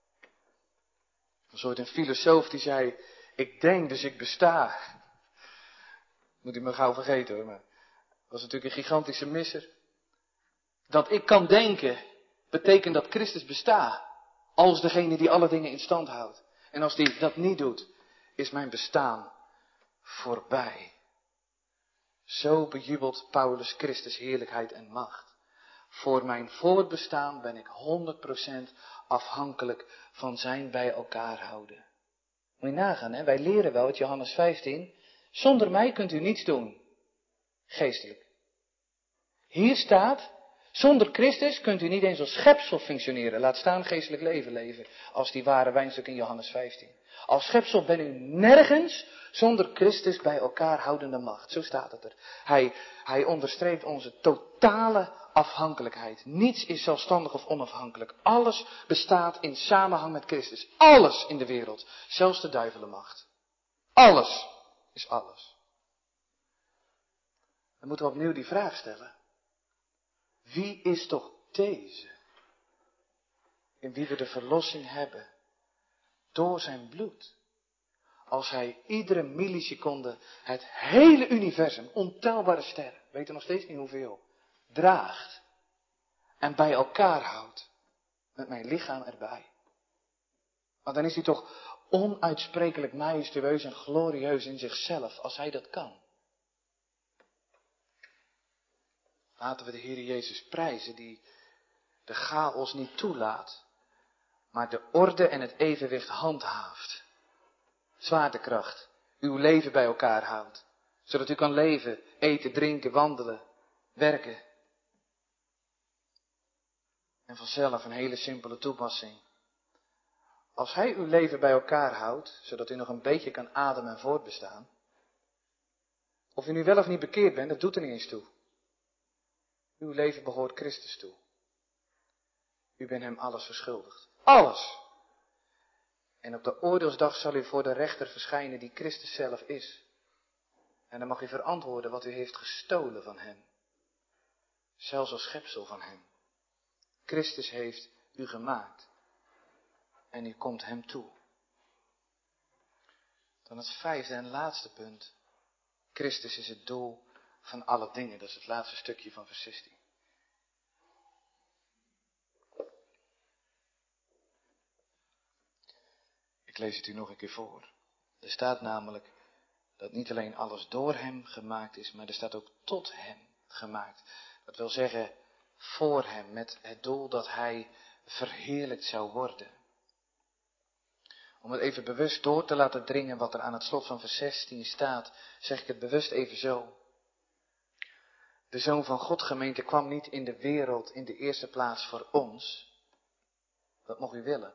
Er was ooit een filosoof die zei, ik denk dus ik besta. Moet u me gauw vergeten hoor, maar dat was natuurlijk een gigantische misser. Dat ik kan denken, betekent dat Christus bestaat. Als degene die alle dingen in stand houdt. En als die dat niet doet, is mijn bestaan voorbij. Zo bejubelt Paulus Christus heerlijkheid en macht. Voor mijn voortbestaan ben ik 100% afhankelijk van zijn bij elkaar houden. Moet je nagaan, hè? Wij leren wel uit Johannes 15. Zonder mij kunt u niets doen. Geestelijk. Hier staat, zonder Christus kunt u niet eens als schepsel functioneren. Laat staan geestelijk leven leven. Als die ware wijnstuk in Johannes 15. Als schepsel ben u nergens zonder Christus bij elkaar houdende macht. Zo staat het er. Hij onderstreept onze totale afhankelijkheid. Niets is zelfstandig of onafhankelijk. Alles bestaat in samenhang met Christus. Alles in de wereld. Zelfs de duivelenmacht. Alles is alles. Dan moeten we opnieuw die vraag stellen. Wie is toch deze? In wie we de verlossing hebben. Door zijn bloed. Als hij iedere milliseconde het hele universum, ontelbare sterren, weten nog steeds niet hoeveel, draagt. En bij elkaar houdt. Met mijn lichaam erbij. Want dan is hij toch onuitsprekelijk majestueus en glorieus in zichzelf, als hij dat kan. Laten we de Heer Jezus prijzen, die de chaos niet toelaat, maar de orde en het evenwicht handhaaft. Zwaartekracht, uw leven bij elkaar houdt, zodat u kan leven, eten, drinken, wandelen, werken. En vanzelf een hele simpele toepassing. Als hij uw leven bij elkaar houdt, zodat u nog een beetje kan ademen en voortbestaan, of u nu wel of niet bekeerd bent, dat doet er niet eens toe. Uw leven behoort Christus toe. U bent hem alles verschuldigd. Alles! En op de oordeelsdag zal u voor de rechter verschijnen die Christus zelf is. En dan mag u verantwoorden wat u heeft gestolen van hem. Zelfs als schepsel van hem. Christus heeft u gemaakt. En u komt hem toe. Dan het vijfde en laatste punt. Christus is het doel van alle dingen. Dat is het laatste stukje van vers 16. Ik lees het u nog een keer voor. Er staat namelijk dat niet alleen alles door hem gemaakt is, maar er staat ook tot hem gemaakt. Dat wil zeggen voor hem, met het doel dat hij verheerlijkt zou worden. Om het even bewust door te laten dringen wat er aan het slot van vers 16 staat, zeg ik het bewust even zo. De Zoon van God, gemeente, kwam niet in de wereld in de eerste plaats voor ons. Dat mocht u willen.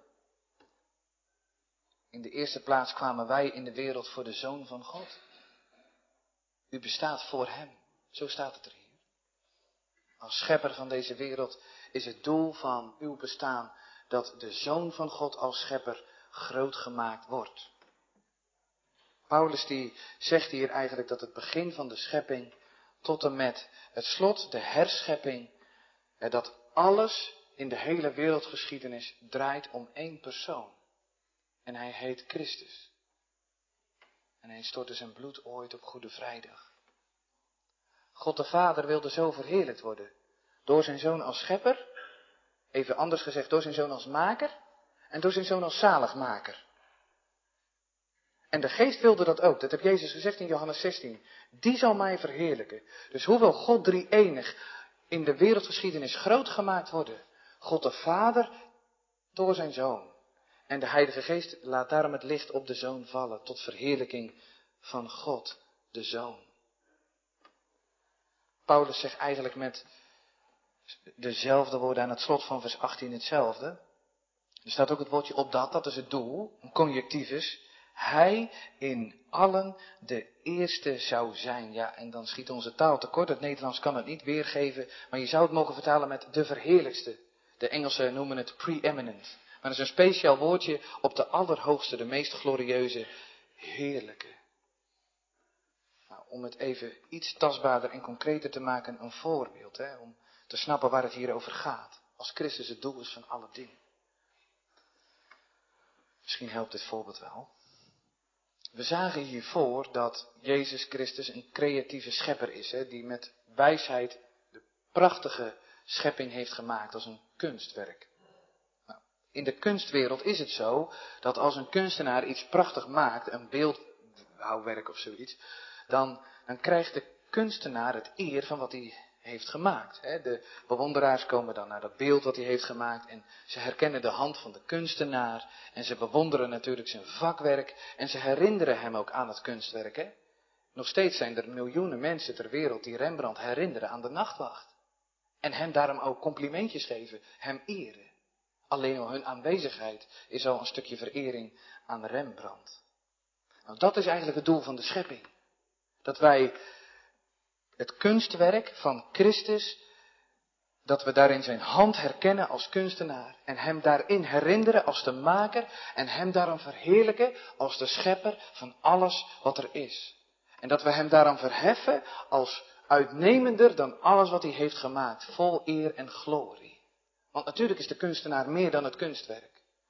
In de eerste plaats kwamen wij in de wereld voor de Zoon van God. U bestaat voor Hem. Zo staat het er hier. Als schepper van deze wereld is het doel van uw bestaan dat de Zoon van God als schepper groot gemaakt wordt. Paulus die zegt hier eigenlijk dat het begin van de schepping tot en met het slot, de herschepping, dat alles in de hele wereldgeschiedenis draait om één persoon. En hij heet Christus. En hij stortte zijn bloed ooit op Goede Vrijdag. God de Vader wilde zo verheerlijkt worden. Door zijn Zoon als schepper, even anders gezegd, door zijn Zoon als maker en door zijn Zoon als zaligmaker. En de Geest wilde dat ook. Dat heeft Jezus gezegd in Johannes 16. Die zal mij verheerlijken. Dus hoe wil God drie-enig in de wereldgeschiedenis groot gemaakt worden? God de Vader door zijn Zoon. En de Heilige Geest laat daarom het licht op de Zoon vallen. Tot verheerlijking van God de Zoon. Paulus zegt eigenlijk met dezelfde woorden aan het slot van vers 18 hetzelfde. Er staat ook het woordje opdat, dat is het doel, een conjunctivus. Hij in allen de eerste zou zijn. Ja, en dan schiet onze taal tekort. Het Nederlands kan het niet weergeven. Maar je zou het mogen vertalen met de verheerlijkste. De Engelsen noemen het preeminent. Maar dat is een speciaal woordje op de allerhoogste, de meest glorieuze, heerlijke. Nou, om het even iets tastbaarder en concreter te maken, een voorbeeld. Om te snappen waar het hier over gaat. Als Christus het doel is van alle dingen. Misschien helpt dit voorbeeld wel. We zagen hiervoor dat Jezus Christus een creatieve schepper is. Die met wijsheid de prachtige schepping heeft gemaakt als een kunstwerk. Nou, in de kunstwereld is het zo dat als een kunstenaar iets prachtig maakt, een beeldhouwwerk of zoiets, dan krijgt de kunstenaar het eer van wat hij heeft gemaakt. De bewonderaars komen dan naar dat beeld wat hij heeft gemaakt en ze herkennen de hand van de kunstenaar en ze bewonderen natuurlijk zijn vakwerk en ze herinneren hem ook aan het kunstwerk. Nog steeds zijn er miljoenen mensen ter wereld die Rembrandt herinneren aan de Nachtwacht. En hem daarom ook complimentjes geven, hem eren. Alleen al hun aanwezigheid is al een stukje verering aan Rembrandt. Nou, dat is eigenlijk het doel van de schepping. Dat wij het kunstwerk van Christus, dat we daarin zijn hand herkennen als kunstenaar en hem daarin herinneren als de maker en hem daarom verheerlijken als de schepper van alles wat er is. En dat we hem daarom verheffen als uitnemender dan alles wat hij heeft gemaakt, vol eer en glorie. Want natuurlijk is de kunstenaar meer dan het kunstwerk.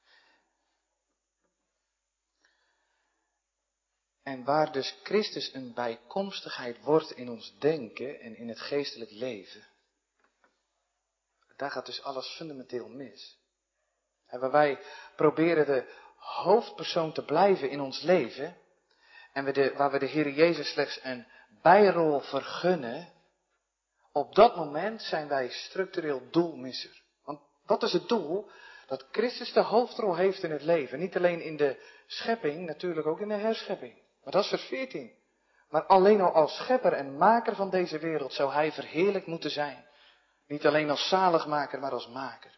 En waar dus Christus een bijkomstigheid wordt in ons denken en in het geestelijk leven, daar gaat dus alles fundamenteel mis. En waar wij proberen de hoofdpersoon te blijven in ons leven, en waar we de Heer Jezus slechts een bijrol vergunnen, op dat moment zijn wij structureel doelmisser. Want wat is het doel? Dat Christus de hoofdrol heeft in het leven. Niet alleen in de schepping, natuurlijk ook in de herschepping. Maar dat is vers 14. Maar alleen al als schepper en maker van deze wereld zou hij verheerlijkt moeten zijn. Niet alleen als zaligmaker, maar als maker.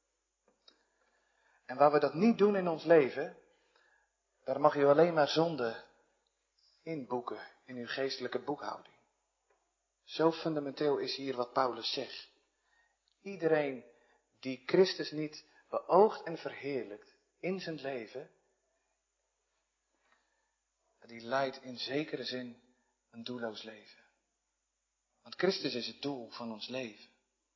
En waar we dat niet doen in ons leven, daar mag u alleen maar zonde inboeken in uw geestelijke boekhouding. Zo fundamenteel is hier wat Paulus zegt. Iedereen die Christus niet beoogt en verheerlijkt in zijn leven, die leidt in zekere zin een doelloos leven. Want Christus is het doel van ons leven.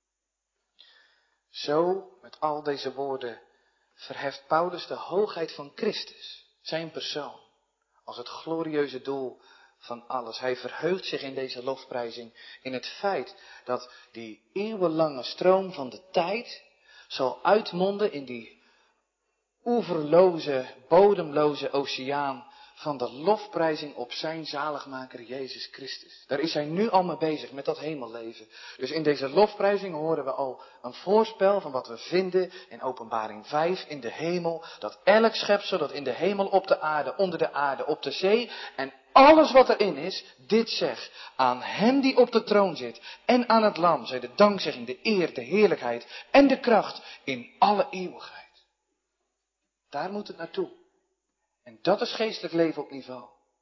Zo, met al deze woorden, verheft Paulus de hoogheid van Christus, zijn persoon, als het glorieuze doel van alles. Hij verheugt zich in deze lofprijzing in het feit dat die eeuwenlange stroom van de tijd zal uitmonden in die oeverloze, bodemloze oceaan van de lofprijzing op zijn zaligmaker Jezus Christus. Daar is hij nu al mee bezig, met dat hemelleven. Dus in deze lofprijzing horen we al een voorspel van wat we vinden in Openbaring 5 in de hemel. Dat elk schepsel dat in de hemel, op de aarde, onder de aarde, op de zee en alles wat erin is, dit zegt. Aan hem die op de troon zit en aan het lam zij de dankzegging, de eer, de heerlijkheid en de kracht in alle eeuwigheid. Daar moet het naartoe. En dat is geestelijk leven op niveau.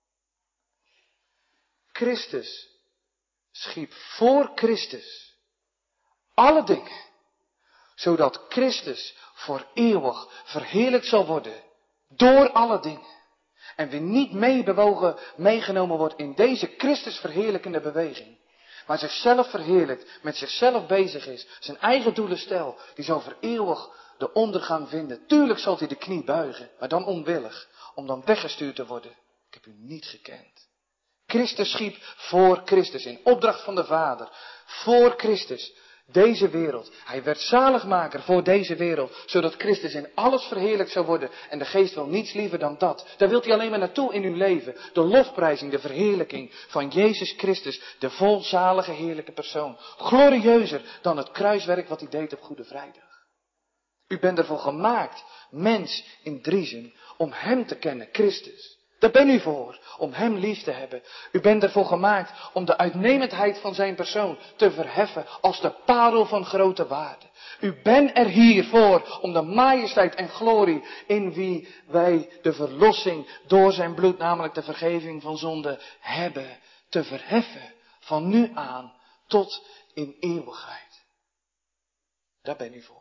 Christus schiep voor Christus alle dingen, zodat Christus voor eeuwig verheerlijkt zal worden door alle dingen. En weer niet meegenomen wordt in deze Christus verheerlijkende beweging. Maar zichzelf verheerlijkt, met zichzelf bezig is, zijn eigen doelen stelt, die zal voor eeuwig de ondergang vinden. Tuurlijk zal hij de knie buigen, maar dan onwillig, om dan weggestuurd te worden. Ik heb u niet gekend. Christus schiep voor Christus, in opdracht van de Vader, voor Christus, deze wereld. Hij werd zaligmaker voor deze wereld, zodat Christus in alles verheerlijkt zou worden. En de geest wil niets liever dan dat. Daar wilt hij alleen maar naartoe in uw leven. De lofprijzing, de verheerlijking van Jezus Christus, de volzalige heerlijke persoon. Glorieuzer dan het kruiswerk wat hij deed op Goede Vrijdag. U bent ervoor gemaakt, mens in drie zin, om hem te kennen, Christus. Daar ben u voor, om hem lief te hebben. U bent ervoor gemaakt om de uitnemendheid van zijn persoon te verheffen als de parel van grote waarde. U bent er hier voor om de majesteit en glorie in wie wij de verlossing door zijn bloed, namelijk de vergeving van zonde, hebben, te verheffen van nu aan tot in eeuwigheid. Daar ben u voor.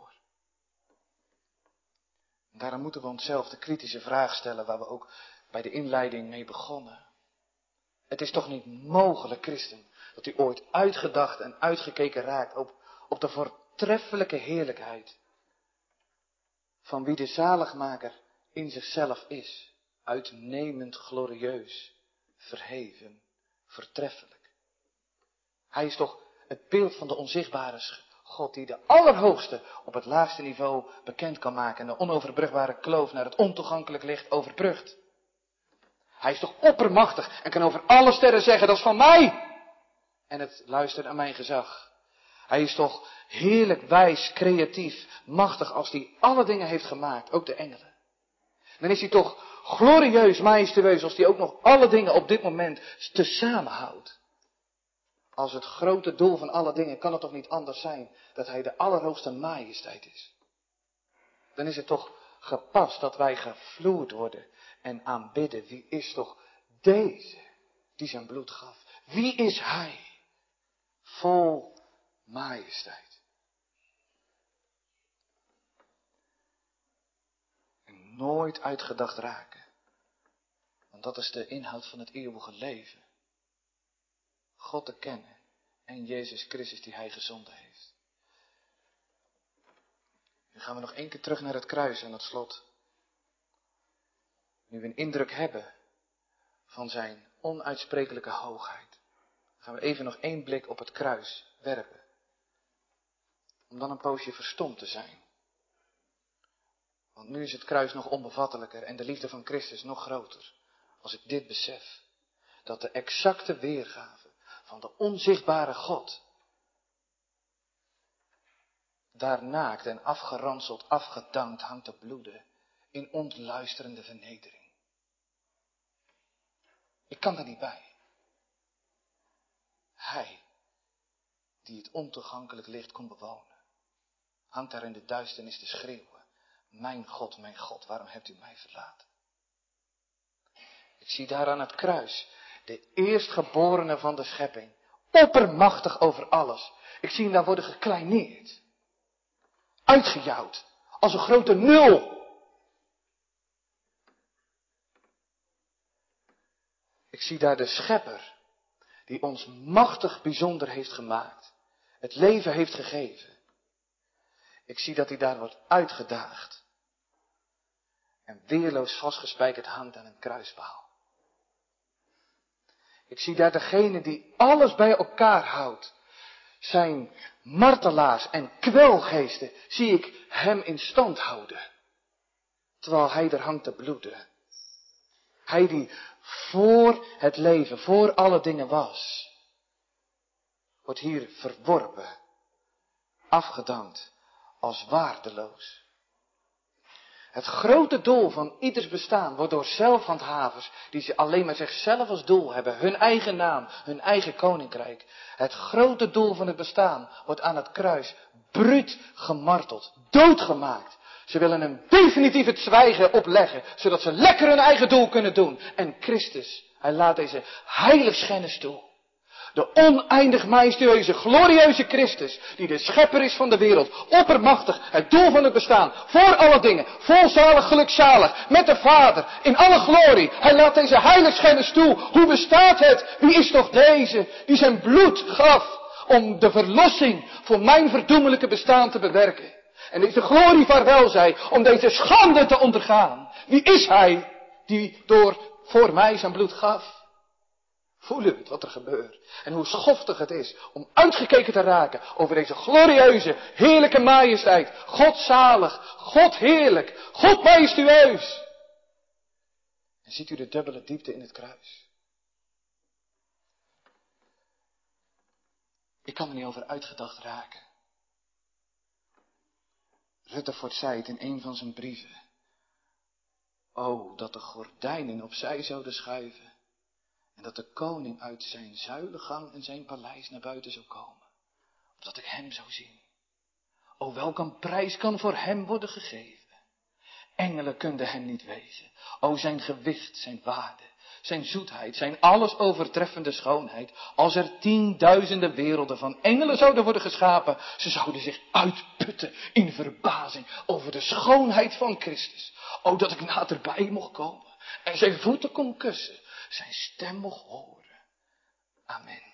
Daarom moeten we onszelf de kritische vraag stellen waar we ook bij de inleiding mee begonnen. Het is toch niet mogelijk, christen, dat u ooit uitgedacht en uitgekeken raakt op de voortreffelijke heerlijkheid van wie de zaligmaker in zichzelf is. Uitnemend, glorieus, verheven, voortreffelijk. Hij is toch het beeld van de onzichtbare God die de allerhoogste op het laagste niveau bekend kan maken en de onoverbrugbare kloof naar het ontoegankelijk licht overbrugt. Hij is toch oppermachtig en kan over alle sterren zeggen, dat is van mij. En het luistert naar mijn gezag. Hij is toch heerlijk wijs, creatief, machtig als hij alle dingen heeft gemaakt, ook de engelen. Dan is hij toch glorieus, majestueus als hij ook nog alle dingen op dit moment te samenhoudt. Als het grote doel van alle dingen kan het toch niet anders zijn dat hij de allerhoogste majesteit is. Dan is het toch gepast dat wij gevloerd worden en aanbidden. Wie is toch deze die zijn bloed gaf? Wie is hij? Vol majesteit. En nooit uitgedacht raken. Want dat is de inhoud van het eeuwige leven. God te kennen en Jezus Christus die hij gezonden heeft. Nu gaan we nog één keer terug naar het kruis aan het slot. Nu we een indruk hebben van zijn onuitsprekelijke hoogheid, gaan we even nog één blik op het kruis werpen. Om dan een poosje verstomd te zijn. Want nu is het kruis nog onbevattelijker en de liefde van Christus nog groter. Als ik dit besef, dat de exacte weergave van de onzichtbare God daar naakt en afgeranseld, afgedankt hangt te bloeden in ontluisterende vernedering. Ik kan er niet bij. Hij, die het ontoegankelijk licht kon bewonen, hangt daar in de duisternis te schreeuwen. Mijn God, waarom hebt u mij verlaten? Ik zie daar aan het kruis de eerstgeborene van de schepping, oppermachtig over alles. Ik zie hem daar worden gekleineerd, uitgejouwd, als een grote nul. Ik zie daar de schepper, die ons machtig bijzonder heeft gemaakt, het leven heeft gegeven. Ik zie dat hij daar wordt uitgedaagd en weerloos vastgespijkerd hangt aan een kruispaal. Ik zie daar degene die alles bij elkaar houdt, zijn martelaars en kwelgeesten, zie ik hem in stand houden, terwijl hij er hangt te bloeden. Hij die voor het leven, voor alle dingen was, wordt hier verworpen, afgedankt, als waardeloos. Het grote doel van ieders bestaan wordt door zelfhandhavers, die ze alleen maar zichzelf als doel hebben, hun eigen naam, hun eigen koninkrijk. Het grote doel van het bestaan wordt aan het kruis bruut gemarteld, doodgemaakt. Ze willen hem definitief het zwijgen opleggen, zodat ze lekker hun eigen doel kunnen doen. En Christus, hij laat deze heiligschennis toe. De oneindig majestueuze, glorieuze Christus, die de schepper is van de wereld, oppermachtig, het doel van het bestaan, voor alle dingen, volzalig, gelukzalig, met de Vader, in alle glorie. Hij laat deze heiligschennis toe. Hoe bestaat het? Wie is toch deze, die zijn bloed gaf om de verlossing voor mijn verdoemelijke bestaan te bewerken? En deze glorie vaarwel zei, om deze schande te ondergaan. Wie is hij, die voor mij zijn bloed gaf? Voel u het wat er gebeurt. En hoe schoftig het is om uitgekeken te raken over deze glorieuze, heerlijke majesteit. God zalig, God heerlijk, God majestueus. En ziet u de dubbele diepte in het kruis? Ik kan er niet over uitgedacht raken. Rutherford zei het in een van zijn brieven. O, dat de gordijnen opzij zouden schuiven. En dat de koning uit zijn zuilengang en zijn paleis naar buiten zou komen. Opdat ik hem zou zien. O, welk een prijs kan voor hem worden gegeven. Engelen konden hem niet wezen. O, zijn gewicht, zijn waarde, zijn zoetheid, zijn alles overtreffende schoonheid. Als er 10.000 werelden van engelen zouden worden geschapen, ze zouden zich uitputten in verbazing over de schoonheid van Christus. O, dat ik naderbij mocht komen en zijn voeten kon kussen, zijn stem mocht horen. Amen.